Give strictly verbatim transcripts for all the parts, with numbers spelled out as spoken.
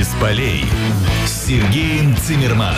«Вести с полей» с Сергеем Циммерманом.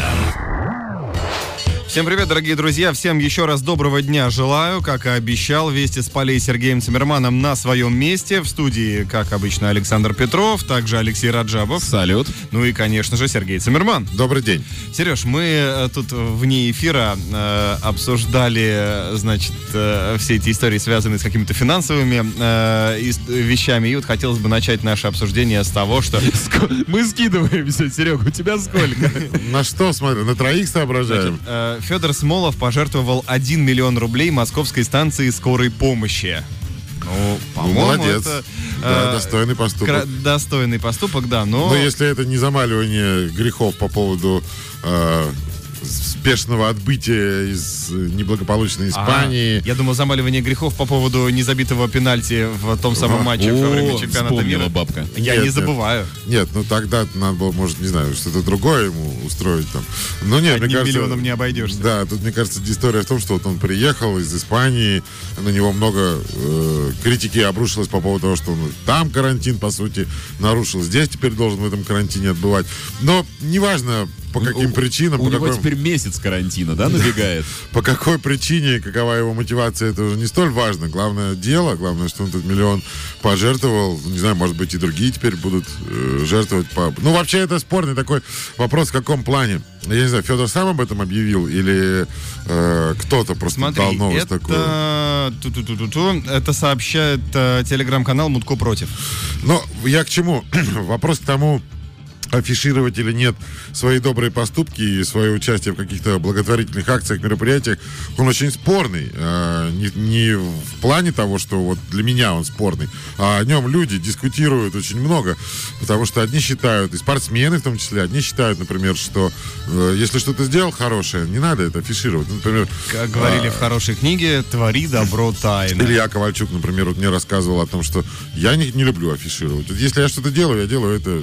Всем привет, дорогие друзья, всем еще раз доброго дня желаю. Как и обещал, «Вести с полей» с Сергеем Циммерманом на своем месте. В студии, как обычно, Александр Петров, также Алексей Раджабов. Салют. Ну и, конечно же, Сергей Циммерман. Добрый день. Сереж, мы тут вне эфира э, обсуждали, значит, э, все эти истории, связанные с какими-то финансовыми э, и, вещами. И вот хотелось бы начать наше обсуждение с того, что... Мы скидываемся, Серега, у тебя сколько? На что, смотри, на троих соображаем? Федор Смолов пожертвовал один миллион рублей московской станции скорой помощи. Ну, по-моему, молодец. Это, да, э, достойный поступок. Кра- достойный поступок, да, но... Но если это не замаливание грехов по поводу э, спешного отбытия из неблагополучной Испании. А, я думал, замаливание грехов по поводу незабитого пенальти в том самом А, матче во время чемпионата вспомнила мира. бабка. Я Нет, не забываю. Нет, ну тогда надо было, может, не знаю, что-то другое ему устроить там. Но нет, Одним мне кажется, миллионом не обойдешься. Да, тут, мне кажется, история в том, что вот он приехал из Испании, на него много э, критики обрушилось по поводу того, что он там карантин, по сути, нарушил. Здесь теперь должен в этом карантине отбывать. Но неважно, по каким у, причинам. У по него какой... теперь месяц карантина, да, набегает? По какой причине, какова его мотивация, это уже не столь важно. Главное дело, главное, что он этот миллион пожертвовал. Не знаю, может быть, и другие теперь будут э, жертвовать. По... Ну, вообще, это спорный такой вопрос, в каком плане. Я не знаю, Федор сам об этом объявил или э, кто-то просто Смотри, дал новость это... такую? Ту-ту-ту-ту-ту. Это сообщает э, телеграм-канал «Мутко против». Но я к чему? Вопрос к тому, афишировать или нет свои добрые поступки и свое участие в каких-то благотворительных акциях, мероприятиях, он очень спорный. А, не, не в плане того, что вот для меня он спорный, а о нем люди дискутируют очень много, потому что одни считают, и спортсмены в том числе, одни считают, например, что э, если что-то сделал хорошее, не надо это афишировать. Например, как говорили а, в хорошей книге, твори добро тайно. Илья Ковальчук, например, вот мне рассказывал о том, что я не, не люблю афишировать. Вот если я что-то делаю, я делаю это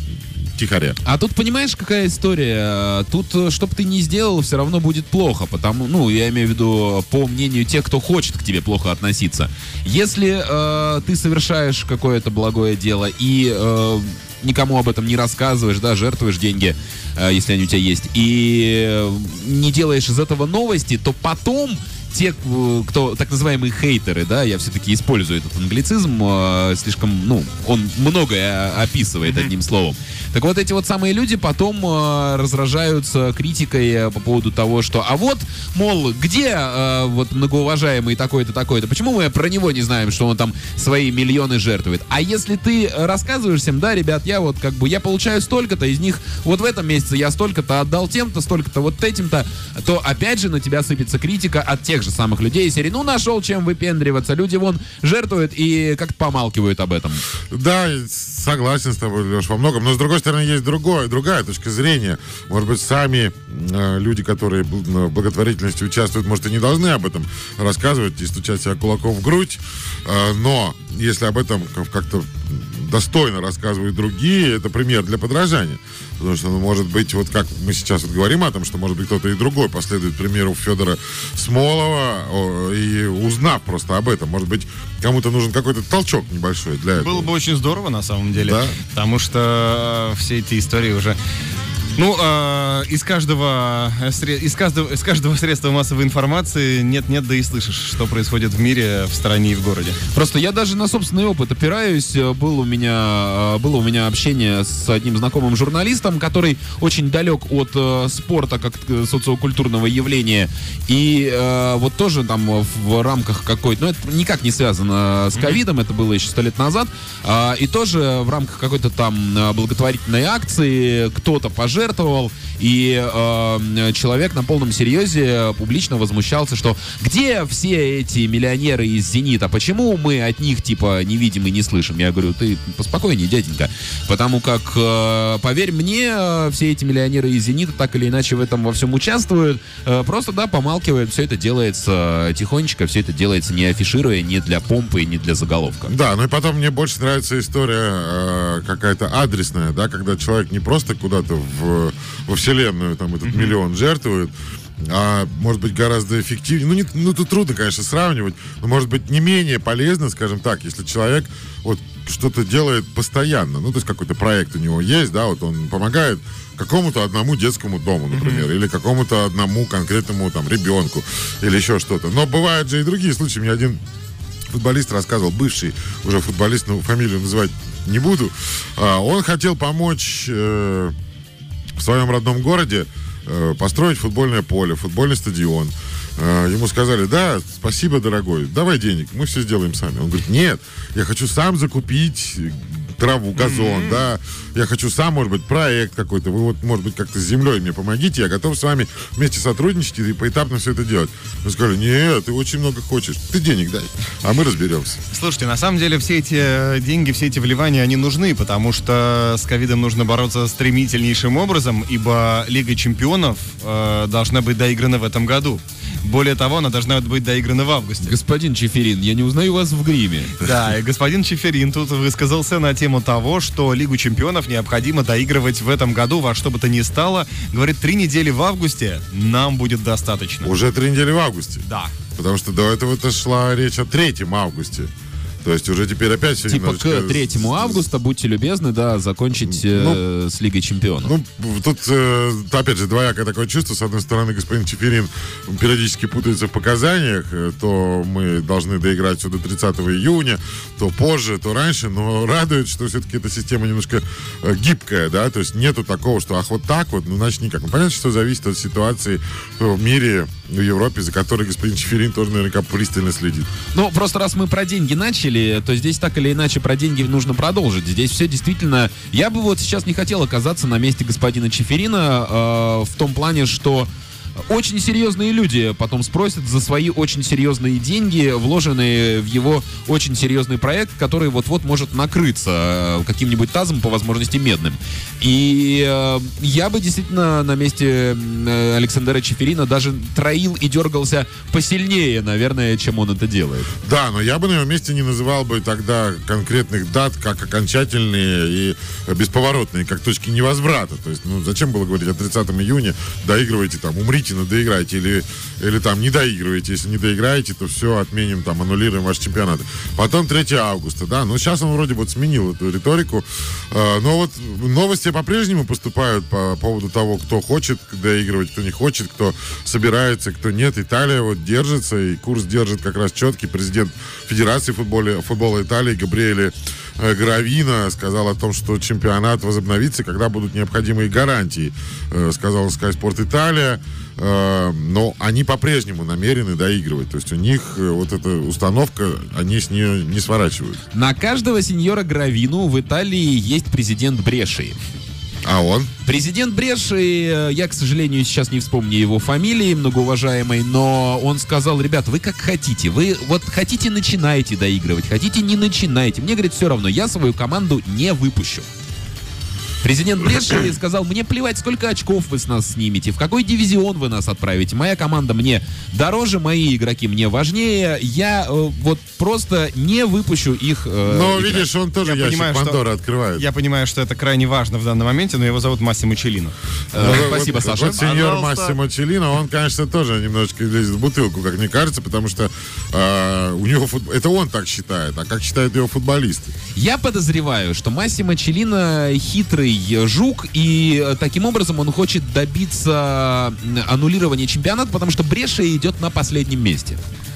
тихоря. А тут понимаешь, какая история? Тут, что бы ты ни сделал, все равно будет плохо. Потому, ну, я имею в виду, по мнению тех, кто хочет к тебе плохо относиться. Если э, ты совершаешь какое-то благое дело и э, никому об этом не рассказываешь, да, жертвуешь деньги, э, если они у тебя есть, и э, не делаешь из этого новости, то потом те, кто так называемые хейтеры, да, я все-таки использую этот англицизм, э, слишком, ну, он многое описывает mm-hmm. одним словом. Так вот, эти вот самые люди потом э, разражаются критикой по поводу того, что, а вот, мол, где э, вот многоуважаемый такой-то, такой-то, почему мы про него не знаем, что он там свои миллионы жертвует? А если ты рассказываешь всем, да, ребят, я вот как бы, я получаю столько-то, из них вот в этом месяце я столько-то отдал тем-то, столько-то вот этим-то, то опять же на тебя сыпется критика от тех же самых людей из серии, ну, нашел чем выпендриваться, люди вон жертвуют и как-то помалкивают об этом. Да, согласен с тобой, Леш, во многом, но с другой стороны есть другое, другая точка зрения. Может быть, сами э, люди, которые в благотворительности участвуют, может, и не должны об этом рассказывать и стучать себя кулаком в грудь, э, но если об этом как-то достойно рассказывают другие, это пример для подражания. Потому что, ну, может быть, вот как мы сейчас вот говорим о том, что, может быть, кто-то и другой последует примеру Федора Смолова, о, и узнав просто об этом, может быть, кому-то нужен какой-то толчок небольшой для этого. Было бы очень здорово, на самом деле. Да. Потому что все эти истории уже... Ну, э, из каждого, из каждого, из каждого средства массовой информации нет-нет, да и слышишь, что происходит в мире, в стране и в городе. Просто я даже на собственный опыт опираюсь. Был у меня, было у меня общение с одним знакомым журналистом, который очень далек от э, спорта как социокультурного явления. И э, вот тоже там в рамках какой-то... Ну, это никак не связано с ковидом, mm-hmm. это было еще сто лет назад. Э, и тоже в рамках какой-то там благотворительной акции кто-то пожертвовал, и э, человек на полном серьезе публично возмущался, что где все эти миллионеры из «Зенита», почему мы от них типа не видим и не слышим? Я говорю, ты поспокойнее, дяденька, потому как, э, поверь мне, все эти миллионеры из «Зенита» так или иначе в этом во всем участвуют, э, просто, да, помалкивают, все это делается тихонечко, все это делается не афишируя, не для помпы, не для заголовка. Да, ну и потом мне больше нравится история э, какая-то адресная, да, когда человек не просто куда-то в, во вселенную там этот mm-hmm. миллион жертвует, а может быть гораздо эффективнее. Ну, не, ну, тут трудно, конечно, сравнивать, но может быть не менее полезно, скажем так, если человек вот что-то делает постоянно. Ну, то есть какой-то проект у него есть, да, вот он помогает какому-то одному детскому дому, например, mm-hmm. или какому-то одному конкретному там ребенку, или еще что-то. Но бывают же и другие случаи. Мне один футболист рассказывал, бывший уже футболист, но фамилию называть не буду. А, он хотел помочь э, в своем родном городе э, построить футбольное поле, футбольный стадион. Э, ему сказали: да, спасибо, дорогой, давай денег, мы все сделаем сами. Он говорит: нет, я хочу сам закупить траву, газон, mm-hmm. да, я хочу сам, может быть, проект какой-то, вы вот, может быть, как-то с землей мне помогите, я готов с вами вместе сотрудничать и поэтапно все это делать. Мы сказали: нет, ты очень много хочешь, ты денег дай, а мы разберемся. Слушайте, на самом деле все эти деньги, все эти вливания, они нужны, потому что с ковидом нужно бороться стремительнейшим образом, ибо Лига чемпионов э, должна быть доиграна в этом году. Более того, она должна быть доиграна в августе. Господин Чеферин, я не узнаю вас в гриме. Да, и господин Чеферин тут высказался на тему того, что Лигу чемпионов необходимо доигрывать в этом году во что бы то ни стало. Говорит, три недели в августе нам будет достаточно. Уже три недели в августе? Да. Потому что до этого-то шла речь о третьем августе. То есть уже теперь опять все типа немножечко... к третьему августа, будьте любезны, да, закончить э, ну, с Лигой чемпионов. Ну, тут, э, опять же, двоякое такое чувство. С одной стороны, господин Чеферин периодически путается в показаниях. То мы должны доиграть все до тридцатого июня, то позже, то раньше. Но радует, что все-таки эта система немножко э, гибкая, да, то есть нету такого, что ах, вот так вот, ну, значит, никак. Ну, понятно, что зависит от ситуации в мире, в Европе, за которой господин Чеферин тоже наверняка пристально следит. Ну, просто раз мы про деньги начали, то здесь так или иначе про деньги нужно продолжить. Здесь все действительно... Я бы вот сейчас не хотел оказаться на месте господина Чеферина э, в том плане, что очень серьезные люди потом спросят за свои очень серьезные деньги, вложенные в его очень серьезный проект, который вот-вот может накрыться каким-нибудь тазом, по возможности медным. И э, я бы действительно на месте э, Александра Чеферина даже троил и дергался посильнее, наверное, чем он это делает. Да, но я бы на его месте не называл бы тогда конкретных дат как окончательные и бесповоротные, как точки невозврата. То есть, ну, зачем было говорить о тридцатом июня, доигрывайте там, умрите, но доиграйте, или, или там не доигрываете. Если не доиграете, то все, отменим, там, аннулируем ваш чемпионат. Потом третьего августа, да, ну сейчас он вроде вот сменил эту риторику, э, но вот новости по-прежнему поступают по поводу того, кто хочет доигрывать, кто не хочет, кто собирается, кто нет. Италия вот держится, и курс держит как раз четкий. Президент Федерации футбола, футбола Италии Габриэле Гравина сказал о том, что чемпионат возобновится, когда будут необходимые гарантии, э, сказал Sky Sport Italia. Э, но они по-прежнему намерены доигрывать. То есть у них э, вот эта установка, они с нее не сворачивают. На каждого сеньора Гравину в Италии есть президент Брешии. А он? Президент Бреши, я, к сожалению, сейчас не вспомню его фамилии, многоуважаемый, но он сказал: ребят, вы как хотите, вы вот хотите начинаете доигрывать, хотите не начинаете. Мне, говорит, все равно, я свою команду не выпущу. Президент Бреши сказал: мне плевать, сколько очков вы с нас снимете, в какой дивизион вы нас отправите. Моя команда мне дороже, мои игроки мне важнее. Я э, вот просто не выпущу их э, Но, играть. видишь, он тоже я ящик понимаю, Пандоры открывает. Я понимаю, что это крайне важно в данном моменте, но его зовут Массимо Челлино. Э, вот, спасибо, вот, Саша. Вот сеньор Массимо Челлино, он, конечно, тоже немножечко лезет в бутылку, как мне кажется, потому что э, у него фут... это он так считает, а как считают его футболисты? Я подозреваю, что Массимо Челлино хитрый жук, и таким образом он хочет добиться аннулирования чемпионата, потому что Бреша идет на последнем месте.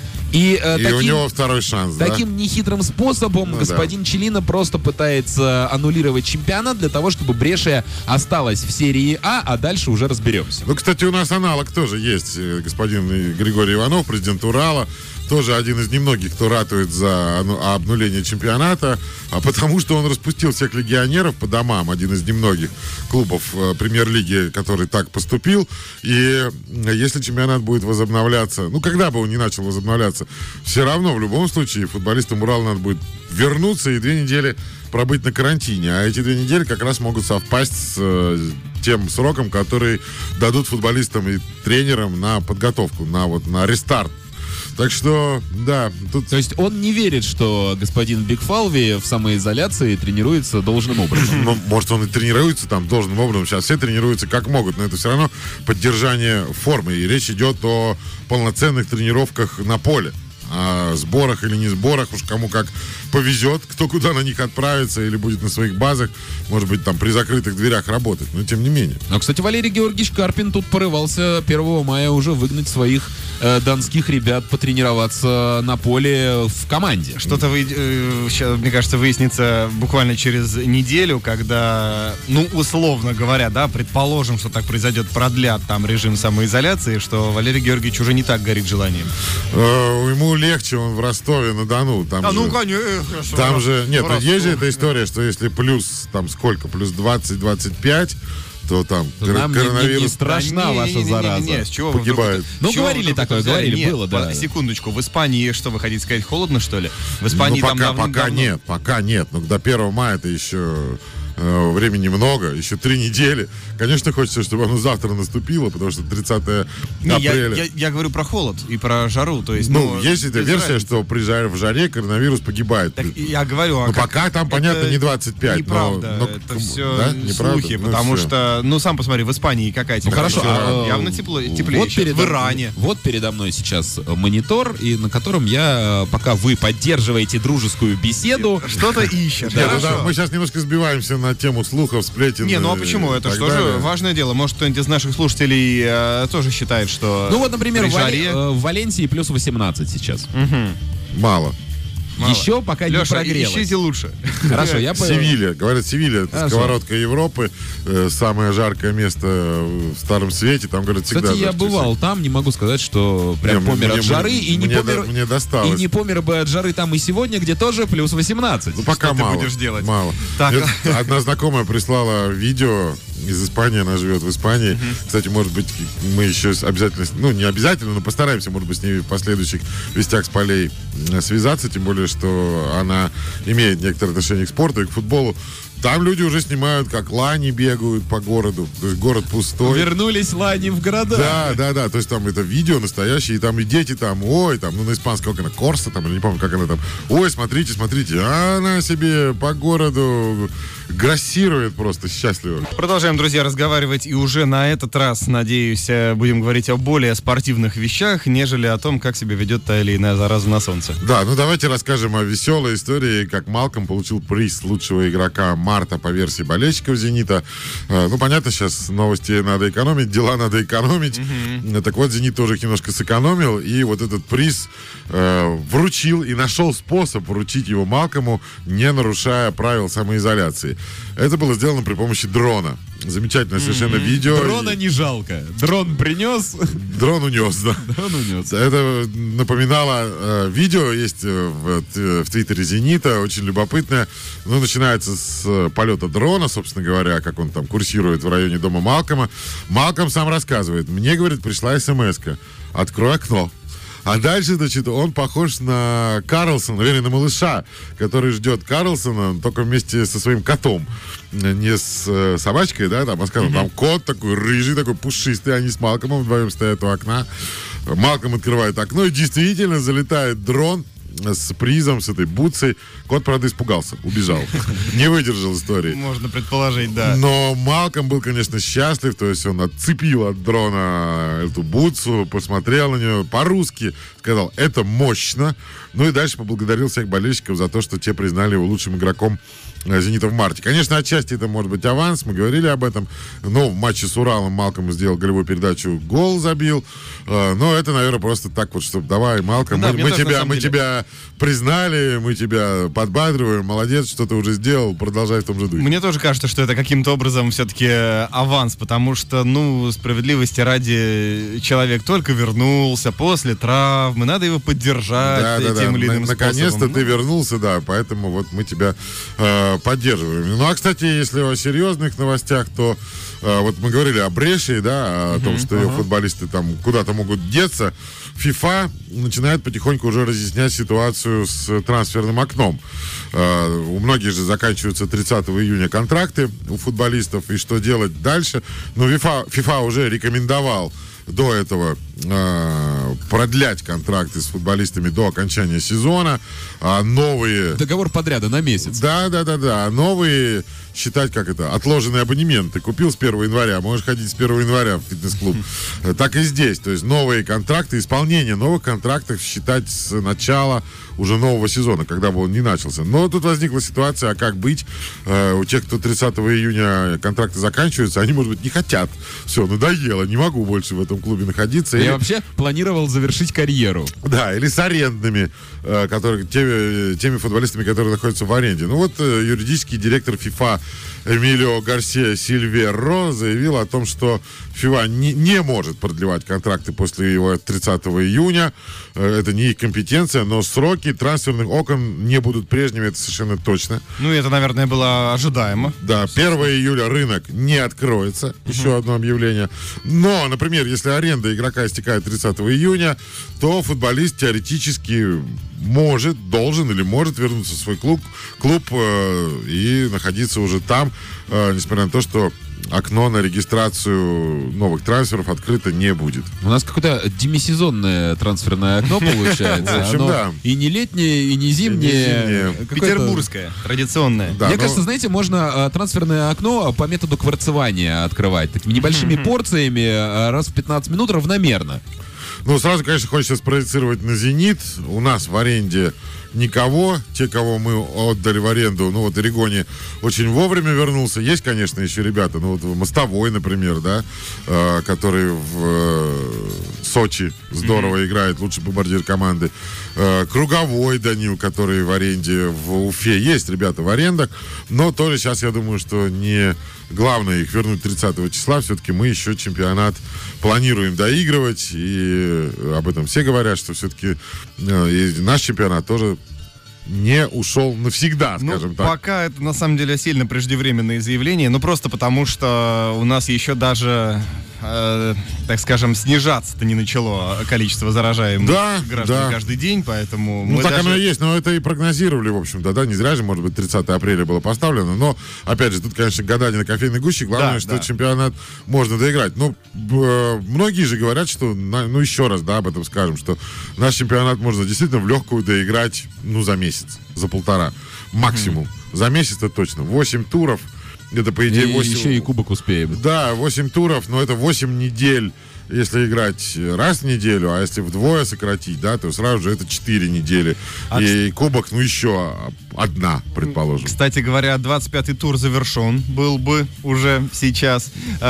И, э, и таким, у него второй шанс, таким да? нехитрым способом ну, господин да. Челлино просто пытается аннулировать чемпионат для того, чтобы Брешия осталась в серии А, а дальше уже разберемся. Ну, кстати, у нас аналог тоже есть. Господин Григорий Иванов, президент Урала, тоже один из немногих, кто ратует за обнуление чемпионата, а потому что он распустил всех легионеров по домам, один из немногих клубов премьер-лиги, который так поступил. И если чемпионат будет возобновляться, ну, когда бы он не начал возобновляться, все равно, в любом случае, футболистам Урала надо будет вернуться и две недели пробыть на карантине. А эти две недели как раз могут совпасть с э, тем сроком, который дадут футболистам и тренерам на подготовку, на, вот, на рестарт. Так что, да, тут... То есть он не верит, что господин Бигфалви в самоизоляции тренируется должным образом. Ну, может, он и тренируется там должным образом. Сейчас все тренируются как могут, но это все равно поддержание формы. И речь идет о полноценных тренировках на поле. О сборах или не сборах, уж кому как повезет, кто куда на них отправится или будет на своих базах, может быть, там при закрытых дверях работать, но тем не менее. Но, кстати, Валерий Георгиевич Карпин тут порывался первого мая уже выгнать своих э, донских ребят потренироваться на поле в команде. Что-то, вы, э, сейчас, мне кажется, выяснится буквально через неделю, когда, ну, условно говоря, да, предположим, что так произойдет, продлят там режим самоизоляции, что Валерий Георгиевич уже не так горит желанием. Э, ему легче, он в Ростове-на-Дону. Там а, же, ну, конечно. Там же, нет, Ростов. есть же эта история, что если плюс, там сколько, плюс двадцать-двадцать пять, то там То кор- нам не- не- коронавирус не страшна Да не, ваша не, не, не, зараза. не, не, с чего вы вдруг погибает. это- Ну, с чего вы говорили вдруг это такое, взяли? говорили, Нет, было, да. по- Секундочку, в Испании, что вы хотите сказать, холодно, что ли? В Испании Ну, там пока, давным- пока давно- нет, пока нет. Но до первого мая это еще э, времени много, еще три недели. Конечно, хочется, чтобы оно завтра наступило, потому что тридцатое Не, я, апреля. я- я говорю про холод и про жару. То есть, Ну, ну, есть эта без версия, разницы. что при жаре, в жаре коронавирус погибает. Так я говорю, а Ну, как- пока там, понятно, это не двадцать пять. Неправда, но, но- это все да? Неправда? слухи, Ну, потому всё. что, ну, сам посмотри, в Испании какая Ну температура? хорошо, а, Явно тепло, теплее вот сейчас. передо, В Иране. Вот передо мной сейчас монитор, и на котором я, э, пока вы поддерживаете дружескую беседу, Что-то ищешь. Нет, ну Хорошо. да, мы сейчас немножко сбиваемся на тему слухов, сплетен. Не, ну а и почему? Это так что же далее. важное дело. Может, кто-нибудь из наших слушателей э, тоже считает, что ну вот, например, при в, Вале- жаре... э, в Валенсии плюс восемнадцать сейчас. Мало. Мало. Еще пока не Леша, прогрелось. ищите лучше. Хорошо, я по- Севилья. Говорят, Севилья — это Хорошо. сковородка Европы, э, самое жаркое место в Старом Свете. Там, говорят, всегда... Кстати, я дождь и бывал там, не могу сказать, что прям Не, помер мне- от жары, мне- и не мне помер... до- мне досталось. И не помер бы от жары там и сегодня, где тоже плюс восемнадцать. Ну, пока Что ты мало. будешь делать? Мало. Так. Мне одна знакомая прислала видео из Испании, она живет в Испании. Кстати, может быть, мы еще с- обязательно, ну, не обязательно, но постараемся, может быть, с ней в последующих вестях с полей э, связаться, тем более, что она имеет некоторое отношение к спорту и к футболу. Там люди уже снимают, как лани бегают по городу. То есть город пустой. Вернулись лани в города. Да, да, да. То есть там это видео настоящее, и там и дети там, ой, там, ну на испанском, как она, Корса там, или не помню, как она там. Ой, смотрите, смотрите, а она себе по городу грассирует просто счастливо. Продолжаем, друзья, разговаривать, и уже на этот раз, надеюсь, э, будем говорить о более спортивных вещах, нежели о том, как себя ведет та или иная зараза на солнце. Да, ну давайте расскажем о веселой истории, как Малком получил приз лучшего игрока марта по версии болельщиков «Зенита». Э, Ну, понятно, сейчас новости надо экономить, дела надо экономить. Э, Так вот, «Зенит» тоже их немножко сэкономил, и вот этот приз э, вручил и нашел способ вручить его Малкому, не нарушая правил самоизоляции. Это было сделано при помощи дрона. Замечательное совершенно видео. Дрона не жалко. Дрон принес, Дрон унес, да. дрон унес. Это напоминало э, видео, есть э, в, т- в твиттере «Зенита», очень любопытное. Ну, начинается с э, полета дрона, собственно говоря, как он там курсирует в районе дома Малкома. Малком сам рассказывает. Мне, говорит, пришла смс-ка. Открой окно. А дальше, значит, он похож на Карлсона, вернее, на малыша, который ждет Карлсона, только вместе со своим котом. Не с э, собачкой, да, там, а скажем, там кот такой рыжий, такой пушистый, они с Малкомом вдвоем стоят у окна. Малком открывает окно, и действительно залетает дрон с призом, с этой бутсой. Кот, правда, испугался, убежал. Не выдержал истории. Можно предположить, да. Но Малком был, конечно, счастлив, то есть он отцепил от дрона эту бутсу, посмотрел на нее по-русски, сказал, это мощно. Ну и дальше поблагодарил всех болельщиков за то, что те признали его лучшим игроком э, «Зенита» в марте. Конечно, отчасти это может быть аванс, мы говорили об этом. Но в матче с Уралом Малком сделал голевую передачу, гол забил. Э, но это, наверное, просто так вот, чтобы давай, Малком, Да, мы, мне мы тоже, на тебя, самом мы деле. тебя признали, мы тебя подбадриваем, молодец, что ты уже сделал, продолжай в том же духе. Мне тоже кажется, что это каким-то образом все-таки аванс, потому что, ну, справедливости ради, человек только вернулся после травмы, надо его поддержать Да, да, тем да. или иным На- Наконец-то способом. ты Ну, вернулся, да, поэтому вот мы тебя э, поддерживаем. Ну, а, кстати, если о серьезных новостях, то э, вот мы говорили о Брешии, да, о том, что ее футболисты там куда-то могут деться. ФИФА начинает потихоньку уже разъяснять ситуацию с трансферным окном. Э, у многих же заканчиваются тридцатого июня контракты у футболистов, и что делать дальше? Ну, ФИФА, ФИФА уже рекомендовал до этого э, продлять контракты с футболистами до окончания сезона, а новые... Договор подряда на месяц. Да, да, да, да. Новые считать, как это, отложенные абонементы. Купил с первого января, можешь ходить с первого января в фитнес-клуб. Так и здесь. То есть новые контракты, исполнение новых контрактов считать с начала уже нового сезона, когда бы он не начался. Но тут возникла ситуация, а как быть? Э, у тех, кто тридцатого июня контракты заканчиваются, они, может быть, не хотят. Все, надоело, не могу больше в этом клубе находиться. Я Или... вообще планировал завершить карьеру. Да, или с арендными, э, которые, теми, теми футболистами, которые находятся в аренде. Ну вот э, юридический директор ФИФА Эмилио Гарсия Сильверро заявил о том, что ФИФА не, не может продлевать контракты после его тридцатого июня. Э, это не их компетенция, но сроки трансферных окон не будут прежними, это совершенно точно. Ну, это, наверное, было ожидаемо. Да, первого июля рынок не откроется. Uh-huh. Еще одно объявление. Но, например, если аренда игрока истекает тридцатого июня, то футболист теоретически может, должен или может вернуться в свой клуб, клуб э, и находиться уже там, э, несмотря на то, что окно на регистрацию новых трансферов открыто не будет. У нас какое-то демисезонное трансферное окно получается. В общем, да. И не летнее, и не зимнее. Петербургское, традиционное. Мне кажется, знаете, можно трансферное окно по методу кварцевания открывать. Такими небольшими порциями раз в пятнадцать минут равномерно. Ну, сразу, конечно, хочется спроецировать на «Зенит». У нас в аренде никого. Те, кого мы отдали в аренду, ну, вот Ригони очень вовремя вернулся. Есть, конечно, еще ребята, ну, вот Мостовой, например, да, э, который в э, Сочи здорово mm-hmm. играет, лучший бомбардир команды. Э, Круговой Данил, который в аренде в Уфе. Есть ребята в арендах, но тоже сейчас, я думаю, что не главное их вернуть тридцатого числа. Все-таки мы еще чемпионат планируем доигрывать, и об этом все говорят, что все-таки э, и наш чемпионат тоже не ушел навсегда, скажем ну, так. Пока это на самом деле сильно преждевременные заявления, ну просто потому что у нас еще даже, э, так скажем, снижаться-то не начало количество заражаемых да, граждан да. каждый день, поэтому... Ну мы так даже... оно и есть, но это и прогнозировали, в общем-то, да, не зря же, может быть, тридцатого апреля было поставлено, но, опять же, тут, конечно, гадание на кофейной гуще, главное, да, что да. чемпионат можно доиграть. Ну, э, многие же говорят, что, на, ну, еще раз, да, об этом скажем, что наш чемпионат можно действительно в легкую доиграть, ну, за месяц. За полтора. Максимум. Mm-hmm. За месяц это точно. Восемь туров. Это, по идее, восемь... Еще и кубок успеем. Да, восемь туров, но это восемь недель, если играть раз в неделю, а если вдвое сократить, да, то сразу же это четыре недели. А и к... кубок, ну, еще одна, предположим. Кстати говоря, двадцать пятый тур завершен был бы уже сейчас.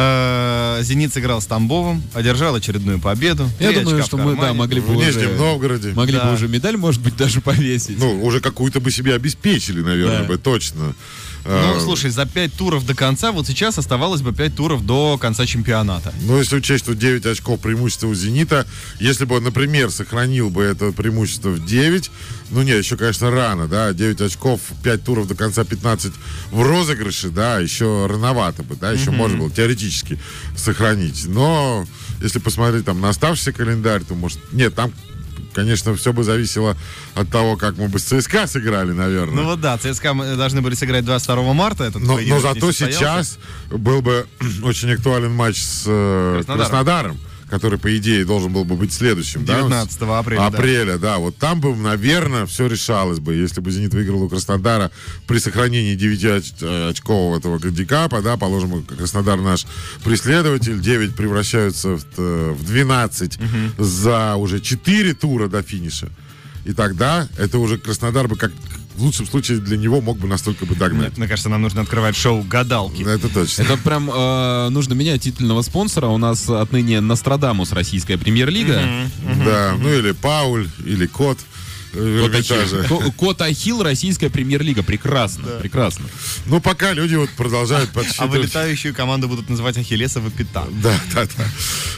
Э-э- Зенит сыграл с Тамбовом, одержал очередную победу. Я думаю, что мы, да, могли бы в уже... Нижнем Новгороде. Могли да. бы уже медаль, может быть, даже повесить. Ну, уже какую-то бы себе обеспечили, наверное, да. бы, точно. Ну, слушай, за пять туров до конца, вот сейчас оставалось бы пять туров до конца чемпионата. Ну, если учесть, что девять очков преимущества у «Зенита», если бы он, например, сохранил бы это преимущество в девять, ну, нет, еще, конечно, рано, да, девять очков, пять туров до конца, пятнадцать в розыгрыше, да, еще рановато бы, да, еще mm-hmm. можно было теоретически сохранить. Но, если посмотреть там на оставшийся календарь, то, может, нет, там... Конечно, все бы зависело от того, как мы бы с ЦСКА сыграли, наверное. Ну вот да, ЦСКА мы должны были сыграть двадцать второго марта. Этот но, но зато сейчас был бы очень актуален матч с э, Краснодаром. Краснодаром, который, по идее, должен был бы быть следующим. девятнадцатого апреля. Апреля, да. да. Вот там бы, наверное, все решалось бы. Если бы «Зенит» выиграл у Краснодара при сохранении девятиочкового этого гандикапа, да, положим, Краснодар наш преследователь, девять превращаются в, в двенадцать угу. за уже четыре тура до финиша. И тогда это уже Краснодар бы как... В лучшем случае для него мог бы настолько бы догнать. Мне, мне кажется, нам нужно открывать шоу «Гадалки». Это точно. Это прям э, нужно менять титульного спонсора. У нас отныне Нострадамус, российская премьер-лига. Mm-hmm. Mm-hmm. Да, mm-hmm. ну или Пауль, или Кот. Кот Ахилл. Кот Ахилл, российская премьер-лига. Прекрасно, да. прекрасно. Ну, пока люди вот продолжают подсчитывать. А вылетающую команду будут называть Ахиллесов и Пита. Да, да, да.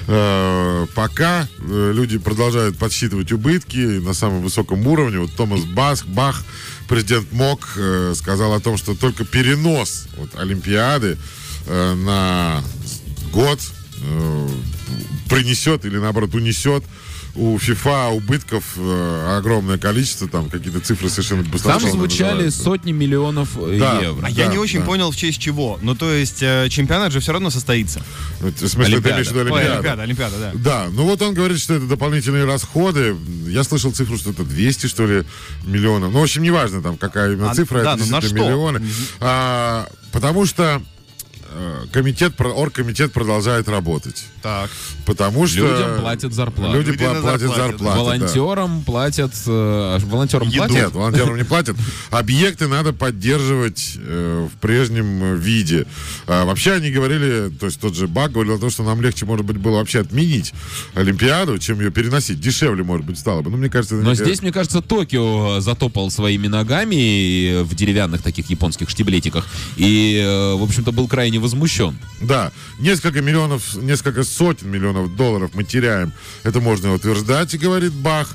Э, пока люди продолжают подсчитывать убытки на самом высоком уровне. Вот Томас Бах, Бах, президент МОК, э, сказал о том, что только перенос вот, Олимпиады э, на год э, принесет или, наоборот, унесет у ФИФА убытков э, огромное количество, там какие-то цифры совершенно Там баснословные звучали называются. сотни миллионов э, Да. евро. А я Да, не очень да. понял, в честь чего. Ну, то есть, э, чемпионат же все равно состоится. В смысле, Олимпиада. ты имеешь в виду Ой, Олимпиаду? Олимпиада, Олимпиада, да. Да, ну вот он говорит, что это дополнительные расходы. Я слышал цифру, что это двести, что ли, миллионов. Ну, в общем, неважно, там, какая именно А, цифра, да, это ну на действительно что? миллионы. А, потому что э, комитет, про- оргкомитет продолжает работать. Так. Потому что... Людям платят зарплату. Люди Люди пла- на платят зарплате, зарплату. да. Волонтерам платят... э, волонтерам Еду. платят? Нет, волонтерам не платят. Объекты надо поддерживать э, в прежнем э, виде. А, вообще они говорили, то есть тот же Бак говорил о том, что нам легче, может быть, было вообще отменить Олимпиаду, чем ее переносить. Дешевле, может быть, стало бы. Ну, мне кажется... это Но не- здесь, мне кажется, Токио затопал своими ногами в деревянных таких японских штиблетиках. И, э, в общем-то, был крайне возмущен. Да, несколько миллионов, несколько сотен миллионов долларов мы теряем. Это можно утверждать, говорит Бах.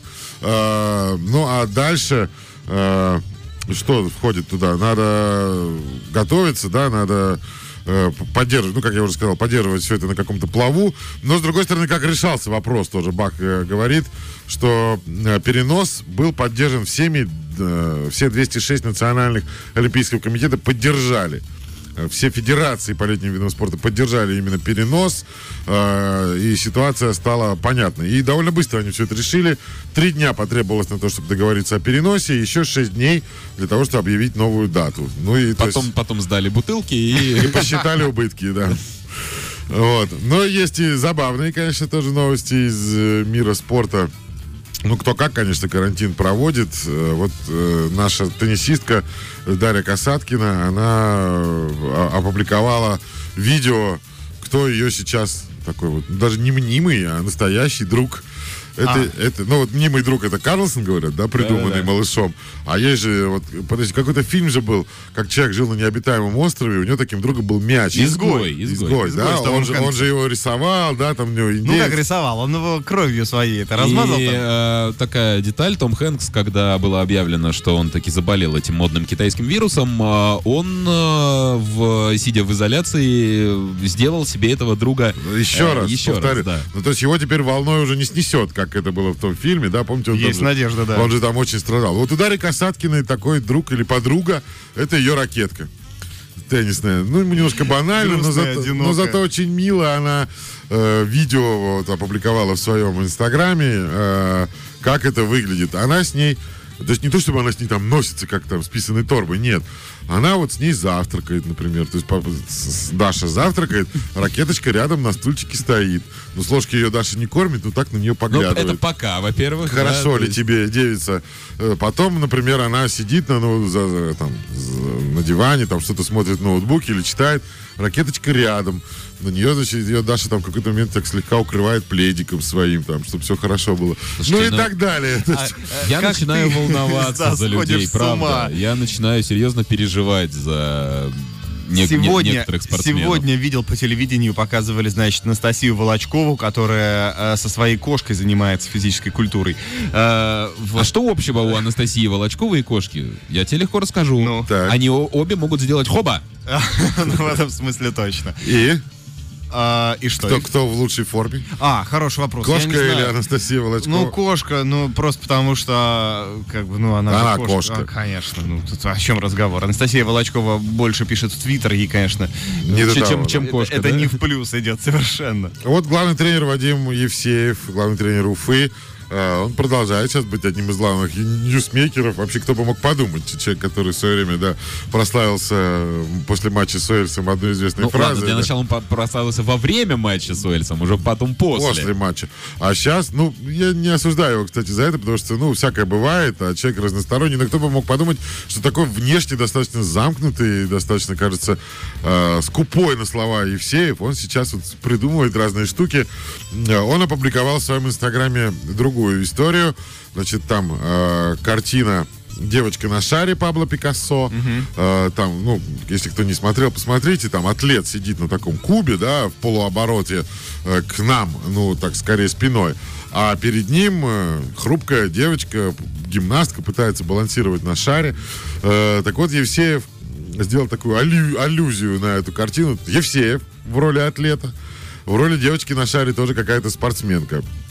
Э, ну, а дальше... э, что входит туда? Надо готовиться, да, надо э, поддерживать, ну, как я уже сказал, поддерживать все это на каком-то плаву. Но, с другой стороны, как решался вопрос, тоже Бах э, говорит, что э, перенос был поддержан всеми, э, все двести шесть национальных олимпийского комитета поддержали. Э, Все федерации по летним видам спорта поддержали именно перенос, э, и ситуация стала понятной. И довольно быстро они все это решили. Три дня потребовалось на то, чтобы договориться о переносе, и еще шесть дней для того, чтобы объявить новую дату. Ну и то Потом, есть, потом сдали бутылки и... и посчитали убытки, да. Вот. Но есть и забавные, конечно, тоже новости из э, мира спорта. Ну, кто как, конечно, карантин проводит. Э, Вот э, наша теннисистка Дарья Касаткина, она э, опубликовала видео, кто ее сейчас такой вот, ну, даже не мнимый, а настоящий друг. Это, А. это, ну, вот мнимый друг, это Карлсон, говорят, да, придуманный Да-да-да. малышом. А есть же, вот, подожди, какой-то фильм же был, как человек жил на необитаемом острове, у него таким другом был мяч. Изгой, Изгой, изгой. да, Изгой с Томом он же, он Хэнксом. же его рисовал, да, там у него Ну, индеец. как рисовал? Он его кровью своей это размазал И там? э, такая деталь, Том Хэнкс, когда было объявлено, что он таки заболел этим модным китайским вирусом, э, он, э, в, сидя в изоляции, сделал себе этого друга Еще э, раз, еще повторю. раз, да. Ну, то есть его теперь волной уже не снесет, как это было в том фильме, да, помните? Он Есть там же- надежда, да. Он же там очень страдал. Вот у Дарьи Касаткиной такой друг или подруга, это ее ракетка теннисная. Ну, немножко банально, но Грустная, зато, одинокая. но зато очень мило. Она э, видео вот, опубликовала в своем инстаграме, э, как это выглядит. Она с ней... То есть не то, чтобы она с ней там носится, как там с писаной торбой, нет. Она вот с ней завтракает, например. То есть папа, с- с- Даша завтракает, ракеточка рядом на стульчике стоит. Ну, с ложки ее Даша не кормит, но так на нее Ну, поглядывает. это пока, во-первых. Хорошо да, то ли есть- тебе, девица? Э, Потом, например, она сидит на, ну, за- за- там, за- на диване, там что-то смотрит в ноутбуке или читает. Ракеточка рядом. На нее, значит, ее Даша там в какой-то момент так слегка укрывает пледиком своим, там, чтобы все хорошо было. Слушайте, ну и ну, так далее. То А, есть, э, Я как начинаю ты, волноваться да, за людей, сходишь с ума. правда. Я начинаю серьезно переживать за не- не- Сегодня, некоторых спортсменов. сегодня видел по телевидению, показывали, значит, Анастасию Волочкову, которая э, со своей кошкой занимается физической культурой. Э, вот. А что общего у Анастасии Волочковой и кошки? Я тебе легко расскажу. Ну. Так. Они о- обе могут сделать хоба. Ну, в этом смысле точно. И А, и что? кто, кто в лучшей форме? А, хороший вопрос. Я Кошка не или знаю. Анастасия Волочкова? Ну, кошка, ну, просто потому что, как бы, ну, она, Она же кошка. А, конечно, ну, тут о чем разговор? Анастасия Волочкова больше пишет в Твиттер, ей, конечно, Не до Чем- того, да. чем это, кошка, это да? не в плюс идет совершенно. Вот главный тренер Вадим Евсеев, главный тренер Уфы, э, он продолжает сейчас быть одним из главных ньюсмейкеров. Вообще, кто бы мог подумать, человек, который в свое время, да, прославился э, после матча с Уэльсом одной известной Ну, фразой. ладно, для да. начала он по- прославился во время матча с Уэльсом, уже потом после. После матча. А сейчас, ну, я не осуждаю его, кстати, за это, потому что, ну, всякое бывает, а человек разносторонний. Но кто бы мог подумать, что такой внешне достаточно замкнутый, достаточно, кажется, э, скупой на слова Евсеев, он сейчас вот придумывает разные штуки. Э, Он опубликовал в своем инстаграме другую историю. Значит, там э, картина «Девочка на шаре» Пабло Пикассо. Э, там, ну, если кто не смотрел, посмотрите, там атлет сидит на таком кубе, да, в полуобороте э, к нам, ну, так, скорее спиной. А перед ним э, хрупкая девочка, гимнастка, пытается балансировать на шаре. Э, так вот, Евсеев сделал такую аллю- аллюзию на эту картину. Евсеев в роли атлета. В роли девочки на шаре тоже какая-то спортсменка.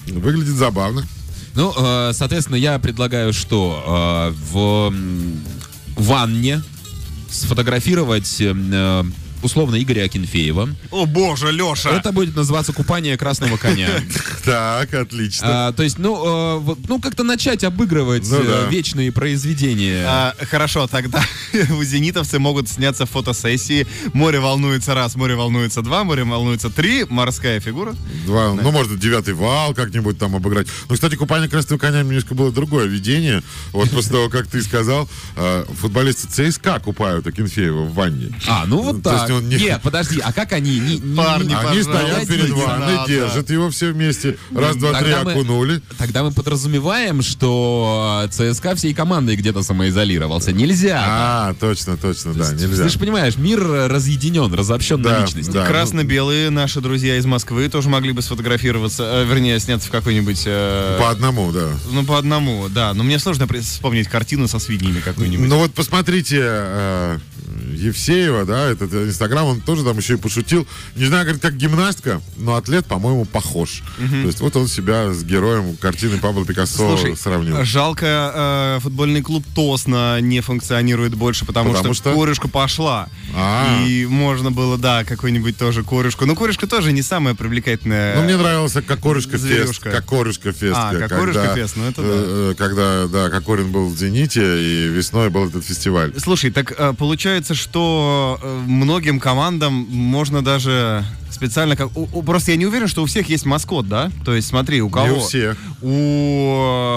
Выглядит забавно. Ну, э, соответственно, я предлагаю, что э, в м, ванне сфотографировать э, условно Игоря Акинфеева. О боже, Леша! Это будет называться «Купание красного коня». Так, отлично. А, то есть, ну, э, вот, ну, как-то начать обыгрывать Ну э, да. вечные произведения. А, хорошо, тогда у зенитовцы могут сняться фотосессии. Море волнуется раз, море волнуется два, море волнуется три, морская фигура. Два, ну, может, девятый вал как-нибудь там обыграть. Ну, кстати, купание красного коня немножко было другое видение. Вот после того, как ты сказал, э, футболисты ЦСКА купают Акинфеева в ванне. А, ну вот То есть так. он не- Нет, подожди, а как они? Не, не- Парни, не- Они пожалуйста, стоят перед не ванной, надо. держат его все вместе. Раз, два, три, Тогда мы- окунули. Тогда мы подразумеваем, что ЦСКА всей командой где-то самоизолировался. Нельзя. А, точно, точно, да, нельзя. Ты же понимаешь, мир разъединен, разобщен Да, на личности. да. Красно-белые наши друзья из Москвы тоже могли бы сфотографироваться, э, вернее, сняться в какой-нибудь... э, По одному, да. Ну, по одному, да. Но мне сложно при- вспомнить картину со свиньями какую-нибудь. Ну вот посмотрите э, Евсеева, да, этот инстаграм, он тоже там еще и пошутил. Не знаю, говорит, как гимнастка, но атлет, по-моему, похож. То есть вот он себя с героем картины Пабло Пикассо Слушай, сравнил. жалко, э, футбольный клуб Тосно не функционирует больше, потому, Потому что, что? корешка пошла. А. И можно было, да, какой-нибудь тоже корешку. Но корешка тоже не самая привлекательная. Ну, мне нравился Кокорюшка фест. Зверюшка. Кокорюшка фест. А, когда, Кокорюшка фест, ну это да. э, э, Когда, да, Кокорин был в «Зените», и весной был этот фестиваль. Слушай, так э, получается, что э, многим командам можно даже специально... Как, у- у- просто я не уверен, что у всех есть маскот, да? То есть смотри, у кого... Не у всех. У...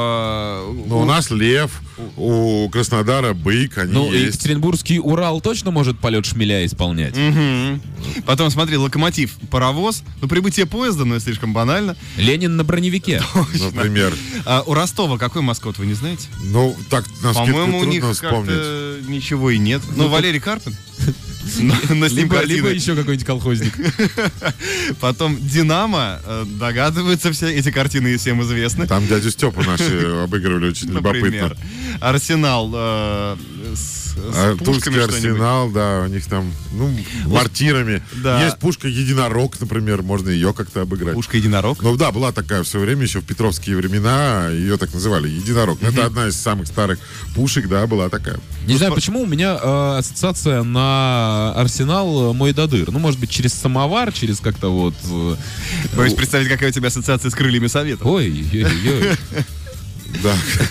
э, Ну, у нас лев, у Краснодара бык, они Ну, есть. Екатеринбургский Урал точно может полет шмеля исполнять. Мгм. Потом, смотри, локомотив, паровоз. Ну, прибытие поезда, но слишком банально. Ленин на броневике. Например. А у Ростова какой маскот, вы не знаете? Ну, так, на скидку По-моему, у них трудно вспомнить. как-то ничего и нет. Ну, Валерий Карпин. На на с ним Либо, либо картины. еще какой-нибудь колхозник. Потом Динамо, э, догадываются все, эти картины всем известны. Там дядю Степу наши обыгрывали очень любопытно. Например. Арсенал э, с, с А, пушками Тульский что-нибудь. Арсенал, да, у них там, ну, мортирами. Да. Есть пушка Единорог, например, можно ее как-то обыграть. Пушка единорог. Ну да, была такая в свое время, еще в петровские времена, ее так называли, Единорог. Это одна из самых старых пушек, да, была такая. Не знаю, почему у меня э, ассоциация на Арсенал э, мой додыр. Ну, может быть, через самовар, через как-то вот... э, Боюсь представить, какая у тебя ассоциация с крыльями Совета. Ой, ой, ой. Да.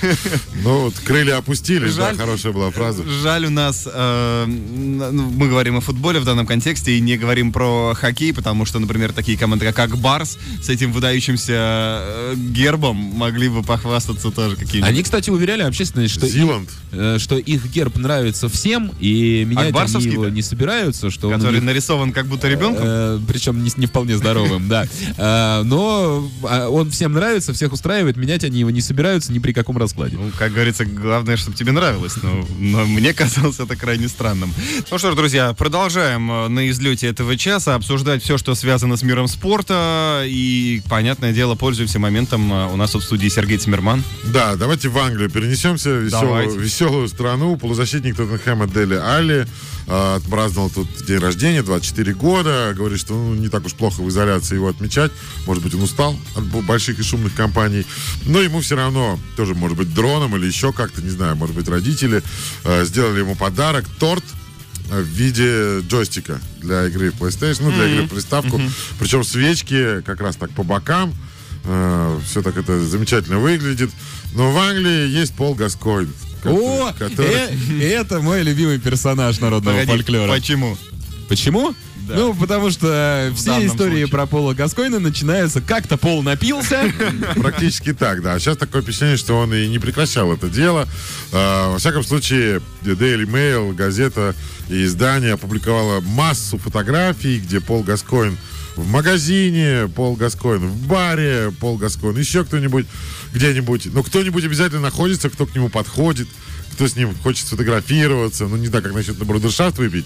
Ну вот, крылья опустились, да, Жаль. хорошая была фраза. Жаль, у нас э, ну, мы говорим о футболе в данном контексте и не говорим про хоккей, потому что, например, такие команды, как Акбарс, с этим выдающимся э, гербом могли бы похвастаться тоже какими-нибудь. Они, кстати, уверяли общественность, что, Зиланд. э, что их герб нравится всем, и менять они Акбарсовский, его да? не собираются, что он у Который них, нарисован как будто ребенком. э, причем не, не вполне здоровым, да. Э, Но а, он всем нравится, всех устраивает, менять они его не собираются ни при каком раскладе. Ну, как говорится, главное, чтобы тебе нравилось. Но, но мне казалось это крайне странным. Ну что ж, друзья, продолжаем э, на излете этого часа обсуждать все, что связано с миром спорта. И, понятное дело, пользуемся моментом. э, У нас тут в студии Сергей Циммерман. Да, давайте в Англию перенесемся, веселую, Давайте. веселую страну. Полузащитник Тоттенхэма Дели Алли э, отпраздновал тут день рождения, двадцать четыре года. Говорит, что ну, не так уж плохо в изоляции его отмечать. Может быть, он устал от б- больших и шумных компаний. Но ему все равно, тоже, может быть, дроном или еще как-то, не знаю, может быть, родители э, сделали ему подарок, торт э, в виде джойстика для игры в PlayStation, ну, для игры в приставку. Причем свечки как раз так по бокам. Э, все так это замечательно выглядит. Но в Англии есть Пол Гаскойн. О, который- э, это мой любимый персонаж народного Погоди, фольклора. почему? Почему? Да. Ну, потому что В все данном истории случае. про Пола Гаскойна начинаются как-то Пол напился. Практически так, да. Сейчас такое впечатление, что он и не прекращал это дело. Э, Во всяком случае, Daily Mail, газета и издание опубликовало массу фотографий, где Пол Гаскойн в магазине, Пол Гаскойн в баре, Пол Гаскойн еще кто-нибудь где-нибудь. Но кто-нибудь обязательно находится, кто к нему подходит, кто с ним хочет сфотографироваться. Ну, не так, как насчет на брудершафт выпить.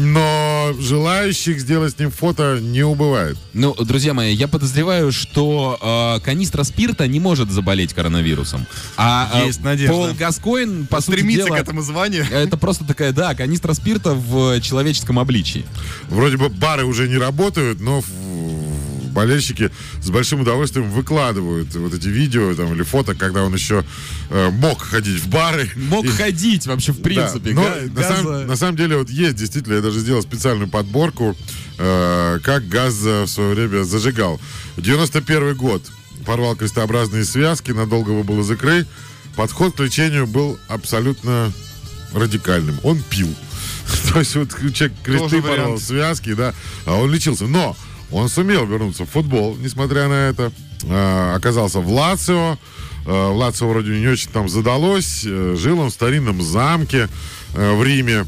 Но желающих сделать с ним фото не убывает. Ну, друзья мои, я подозреваю, что э, канистра спирта не может заболеть коронавирусом. А э, Есть надежда. Пол Гаскойн, по сути Стремиться дела, к этому званию. это просто такая, да, канистра спирта в человеческом обличии. Вроде бы бары уже не работают, но в- болельщики с большим удовольствием выкладывают вот эти видео там, или фото, когда он еще э, мог ходить в бары. Мог и, ходить вообще, в принципе. Да, но га- на, газа... самом, на самом деле вот есть, действительно, я даже сделал специальную подборку, э, как газ в свое время зажигал. девяносто первый год. Порвал крестообразные связки, надолго его было закрыть. Подход к лечению был абсолютно радикальным. Он пил. То есть вот человек кресты порвал, связки, да, а он лечился. Но он сумел вернуться в футбол, несмотря на это. А, оказался в Лацио. А, в Лацио вроде не очень там задалось. А, жил он в старинном замке а, в Риме.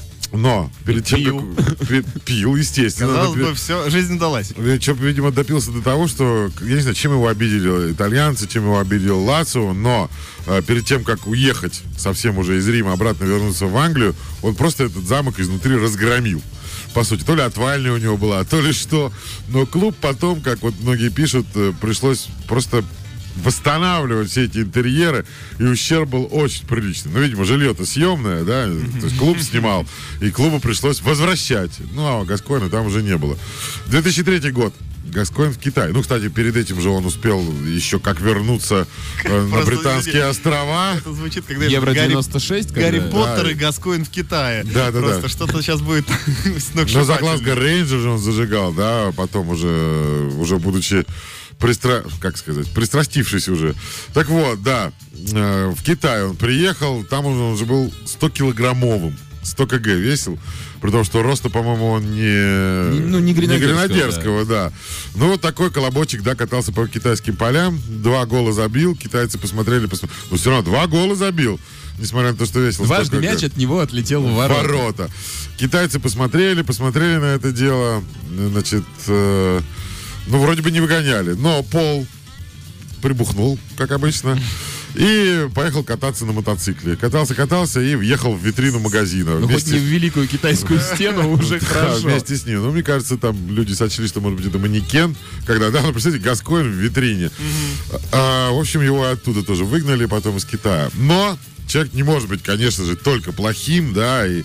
Но перед тем, пил. как... Пил, естественно. Казалось но, бы, все, жизнь удалась. Чем, видимо, допился до того, что, я не знаю, чем его обидели итальянцы, чем его обидел Лацио, но э, перед тем, как уехать совсем уже из Рима, обратно вернуться в Англию, он просто этот замок изнутри разгромил. По сути, то ли отвальня у него была, то ли что. Но клуб потом, как вот многие пишут, э, пришлось просто восстанавливать все эти интерьеры, и ущерб был очень приличный. Ну, видимо, жилье-то съемное, да, то есть клуб снимал, и клубу пришлось возвращать. Ну, а Гаскойна там уже не было. две тысячи третий год. Гаскойн в Китае. Ну, кстати, перед этим же он успел еще как вернуться э, на Британские острова. Это звучит, когда Евро Гарри, девяносто шесть, когда... Гарри Поттер Да. и Гаскойн в Китае. Да, да, Просто да. что-то сейчас будет Но сногсшибательное. за Глазго Рейнджер же он зажигал, да, потом уже, уже будучи пристра... как сказать, пристрастившись уже. Так вот, да, э, в Китай он приехал, там он уже был сто килограммовым, сто килограмм весил, при том, что роста, по-моему, он не... Не- ну, не гренадерского, гренадерского, да. Ну, вот такой колобочек, да, катался по китайским полям, два гола забил, китайцы посмотрели, посмотрели, но все равно два гола забил, несмотря на то, что весил Дважды сто килограмм. мяч от него отлетел в ворота. Ворота. Китайцы посмотрели, посмотрели на это дело. Значит, э, ну, вроде бы не выгоняли. Но Пол прибухнул, как обычно. И поехал кататься на мотоцикле. Катался, катался и въехал в витрину магазина. Ну, хоть Вместе- не в великую китайскую стену, уже Да, хорошо. вместе с ним. Ну, мне кажется, там люди сочли, что, может быть, это манекен. Когда, да, ну, представьте, Гаскойн в витрине. А, в общем, его оттуда тоже выгнали, потом из Китая. Но человек не может быть, конечно же, только плохим, да, и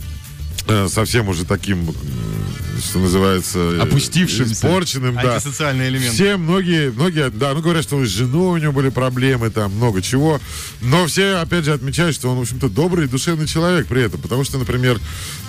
э, совсем уже таким, э, что называется... э, Опустившимся. Испорченным, да. Антисоциальный элемент. Все, многие, многие, да, ну, говорят, что с женой у него были проблемы, там, много чего. Но все, опять же, отмечают, что он, в общем-то, добрый и душевный человек при этом. Потому что, например,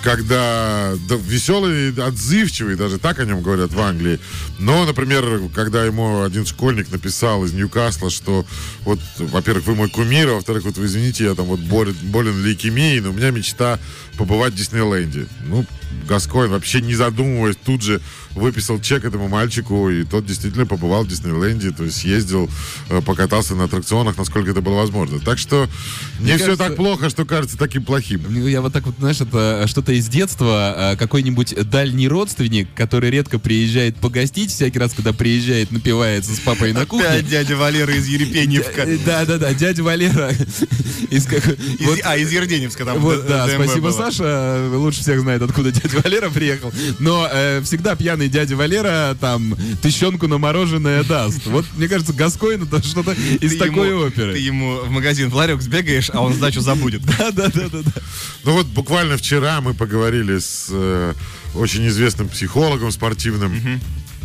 когда да, веселый, отзывчивый, даже так о нем говорят в Англии. Но, например, когда ему один школьник написал из Ньюкасла, что вот, во-первых, вы мой кумир, а во-вторых, вот вы извините, я там вот болен, болен лейкемией, но у меня мечта побывать в Диснейленде. Ну, Гаскойн, вообще не задумываясь, тут же выписал чек этому мальчику, и тот действительно побывал в Диснейленде, то есть ездил, э, покатался на аттракционах, насколько это было возможно. Так что не Мне все кажется- так плохо, что кажется таким плохим. Я вот так вот, знаешь, это что-то из детства, а, какой-нибудь дальний родственник, который редко приезжает погостить, всякий раз, когда приезжает, напивается с папой на кухне. Опять дядя Валера из Ерепеневка. Да-да-да, дядя Валера из как- Из- вот- А, из Ерденевска там. Вот, д- да, ДМВ спасибо, было. Саша. Лучше всех знает, откуда дядя Валера приехал. Но э, всегда пьяный дядя Валера там тыщенку на мороженое даст. Вот, мне кажется, Гаскойн это что-то из Ты такой ему- оперы. Ты ему в магазин в ларек сбегаешь, а он сдачу забудет. Да-да-да-да. Ну вот буквально вчера мы поговорили с э, очень известным психологом спортивным,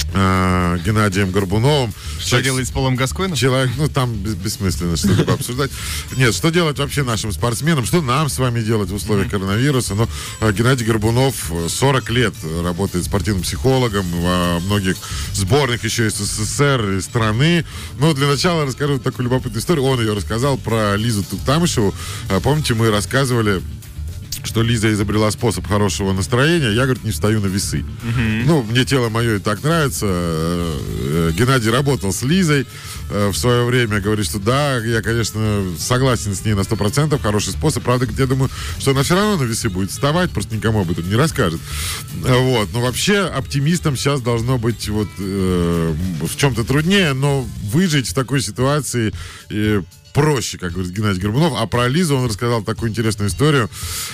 э, Геннадием Горбуновым. Что Человек- делает с Полом Гаскойном? Человек, ну там бес- бессмысленно что-либо обсуждать. Нет, что делать вообще нашим спортсменам, что нам с вами делать в условиях коронавируса. Но э, Геннадий Горбунов э, сорок лет работает спортивным психологом во многих сборных еще из СССР, из страны. Но для начала расскажу такую любопытную историю. Он ее рассказал про Лизу Туктамышеву. Э, Помните, мы рассказывали, что Лиза изобрела способ хорошего настроения. Я, говорит, не встаю на весы. Ну, мне тело мое и так нравится. Э, э, Геннадий работал с Лизой э, в свое время. Говорит, что да, я, конечно, согласен с ней на сто процентов. Хороший способ. Правда, говорит, я думаю, что она все равно на весы будет вставать, просто никому об этом не расскажет. Э, Вот. Но вообще оптимистам сейчас должно быть вот э, в чем-то труднее, но выжить в такой ситуации э, проще, как говорит Геннадий Горбунов. А про Лизу он рассказал такую интересную историю.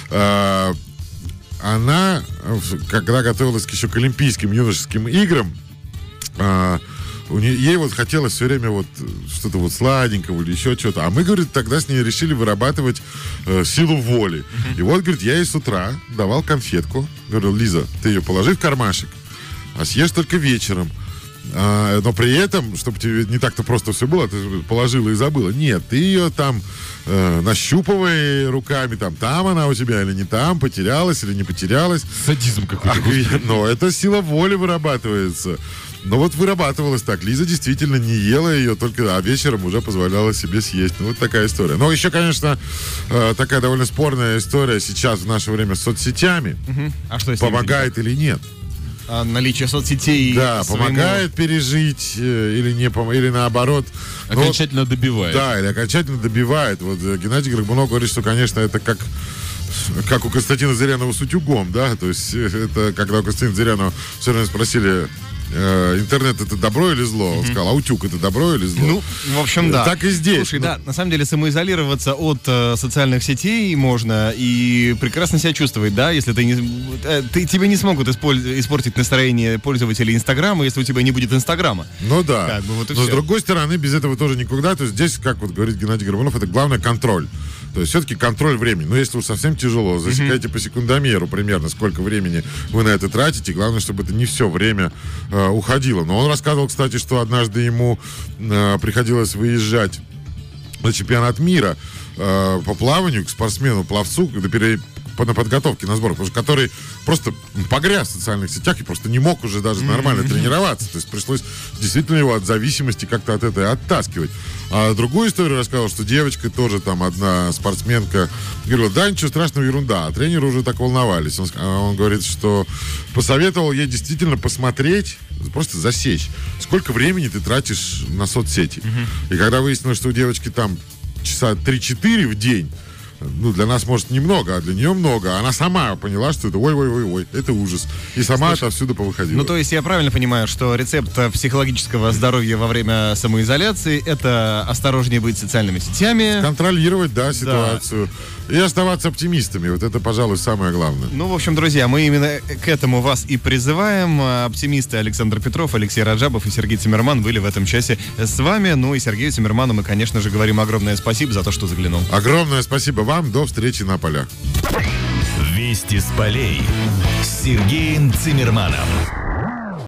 Э, Она, э, когда готовилась к еще к Олимпийским юношеским играм, э, у нее, ей вот хотелось все время вот что-то вот сладенького или еще что-то. А мы, говорит, тогда с ней решили вырабатывать э, силу воли. И вот, говорит, я ей с утра давал конфетку. Говорил, Лиза, ты ее положи в кармашек, а съешь только вечером. А, но при этом, чтобы тебе не так-то просто все было, ты положила и забыла. Нет, ты ее там э, нащупывай руками, там, там она у тебя или не там, потерялась или не потерялась. Садизм какой-то. А, но это сила воли вырабатывается. Но вот вырабатывалось так. Лиза действительно не ела ее, только а вечером уже позволяла себе съесть. Ну, вот такая история. Но еще, конечно, э, такая довольно спорная история сейчас в наше время с соцсетями. Угу. А что с ними? Помогает или нет? А, наличие соцсетей. Да, своему... помогает пережить э, или не пом- или наоборот. Окончательно вот, добивает. Да, или окончательно добивает. Вот э, Геннадий Горбунов говорит, что, конечно, это как как у Константина Зырянова с утюгом, да, то есть это когда у Константина Зырянова все время спросили, э, интернет это добро или зло, он mm-hmm. сказал, а утюг это добро или зло? Ну, в общем, да. Так и здесь. Слушай, ну... да, на самом деле самоизолироваться от э, социальных сетей можно и прекрасно себя чувствовать, да, если ты не... Э, ты, тебе не смогут исполь, испортить настроение пользователей Инстаграма, если у тебя не будет Инстаграма. Ну да. Как бы, вот и Но все. с другой стороны, без этого тоже никуда. То есть здесь, как вот говорит Геннадий Горбунов, это главное контроль. То есть все-таки контроль времени. Но если уж совсем тяжело, засекайте mm-hmm. по секундомеру примерно, сколько времени вы на это тратите. Главное, чтобы это не все время э, уходило. Но он рассказывал, кстати, что однажды ему э, приходилось выезжать на чемпионат мира э, по плаванию к спортсмену-пловцу, когда пере... на подготовке, на сборах, который просто погряз в социальных сетях и просто не мог уже даже нормально mm-hmm. тренироваться. То есть пришлось действительно его от зависимости как-то от этой оттаскивать. А другую историю рассказал, что девочка тоже там одна спортсменка говорила, да, ничего страшного, ерунда. А тренеры уже так волновались. Он, он говорит, что посоветовал ей действительно посмотреть, просто засечь, сколько времени ты тратишь на соцсети. Mm-hmm. И когда выяснилось, что у девочки там часа три-четыре в день, ну, для нас, может, немного, а для нее много. Она сама поняла, что это ой-ой-ой-ой, это ужас. И сама Слушай, отовсюду повыходила. Ну, то есть я правильно понимаю, что рецепт психологического здоровья во время самоизоляции — это осторожнее быть социальными сетями. Контролировать, да, ситуацию. Да. И оставаться оптимистами. Вот это, пожалуй, самое главное. Ну, в общем, друзья, мы именно к этому вас и призываем. Оптимисты Александр Петров, Алексей Раджабов и Сергей Циммерман были в этом часе с вами. Ну и Сергею Циммерману мы, конечно же, говорим огромное спасибо за то, что заглянул. Огромное спасибо вам. До встречи на полях. Вести с полей с Сергеем Циммерманом.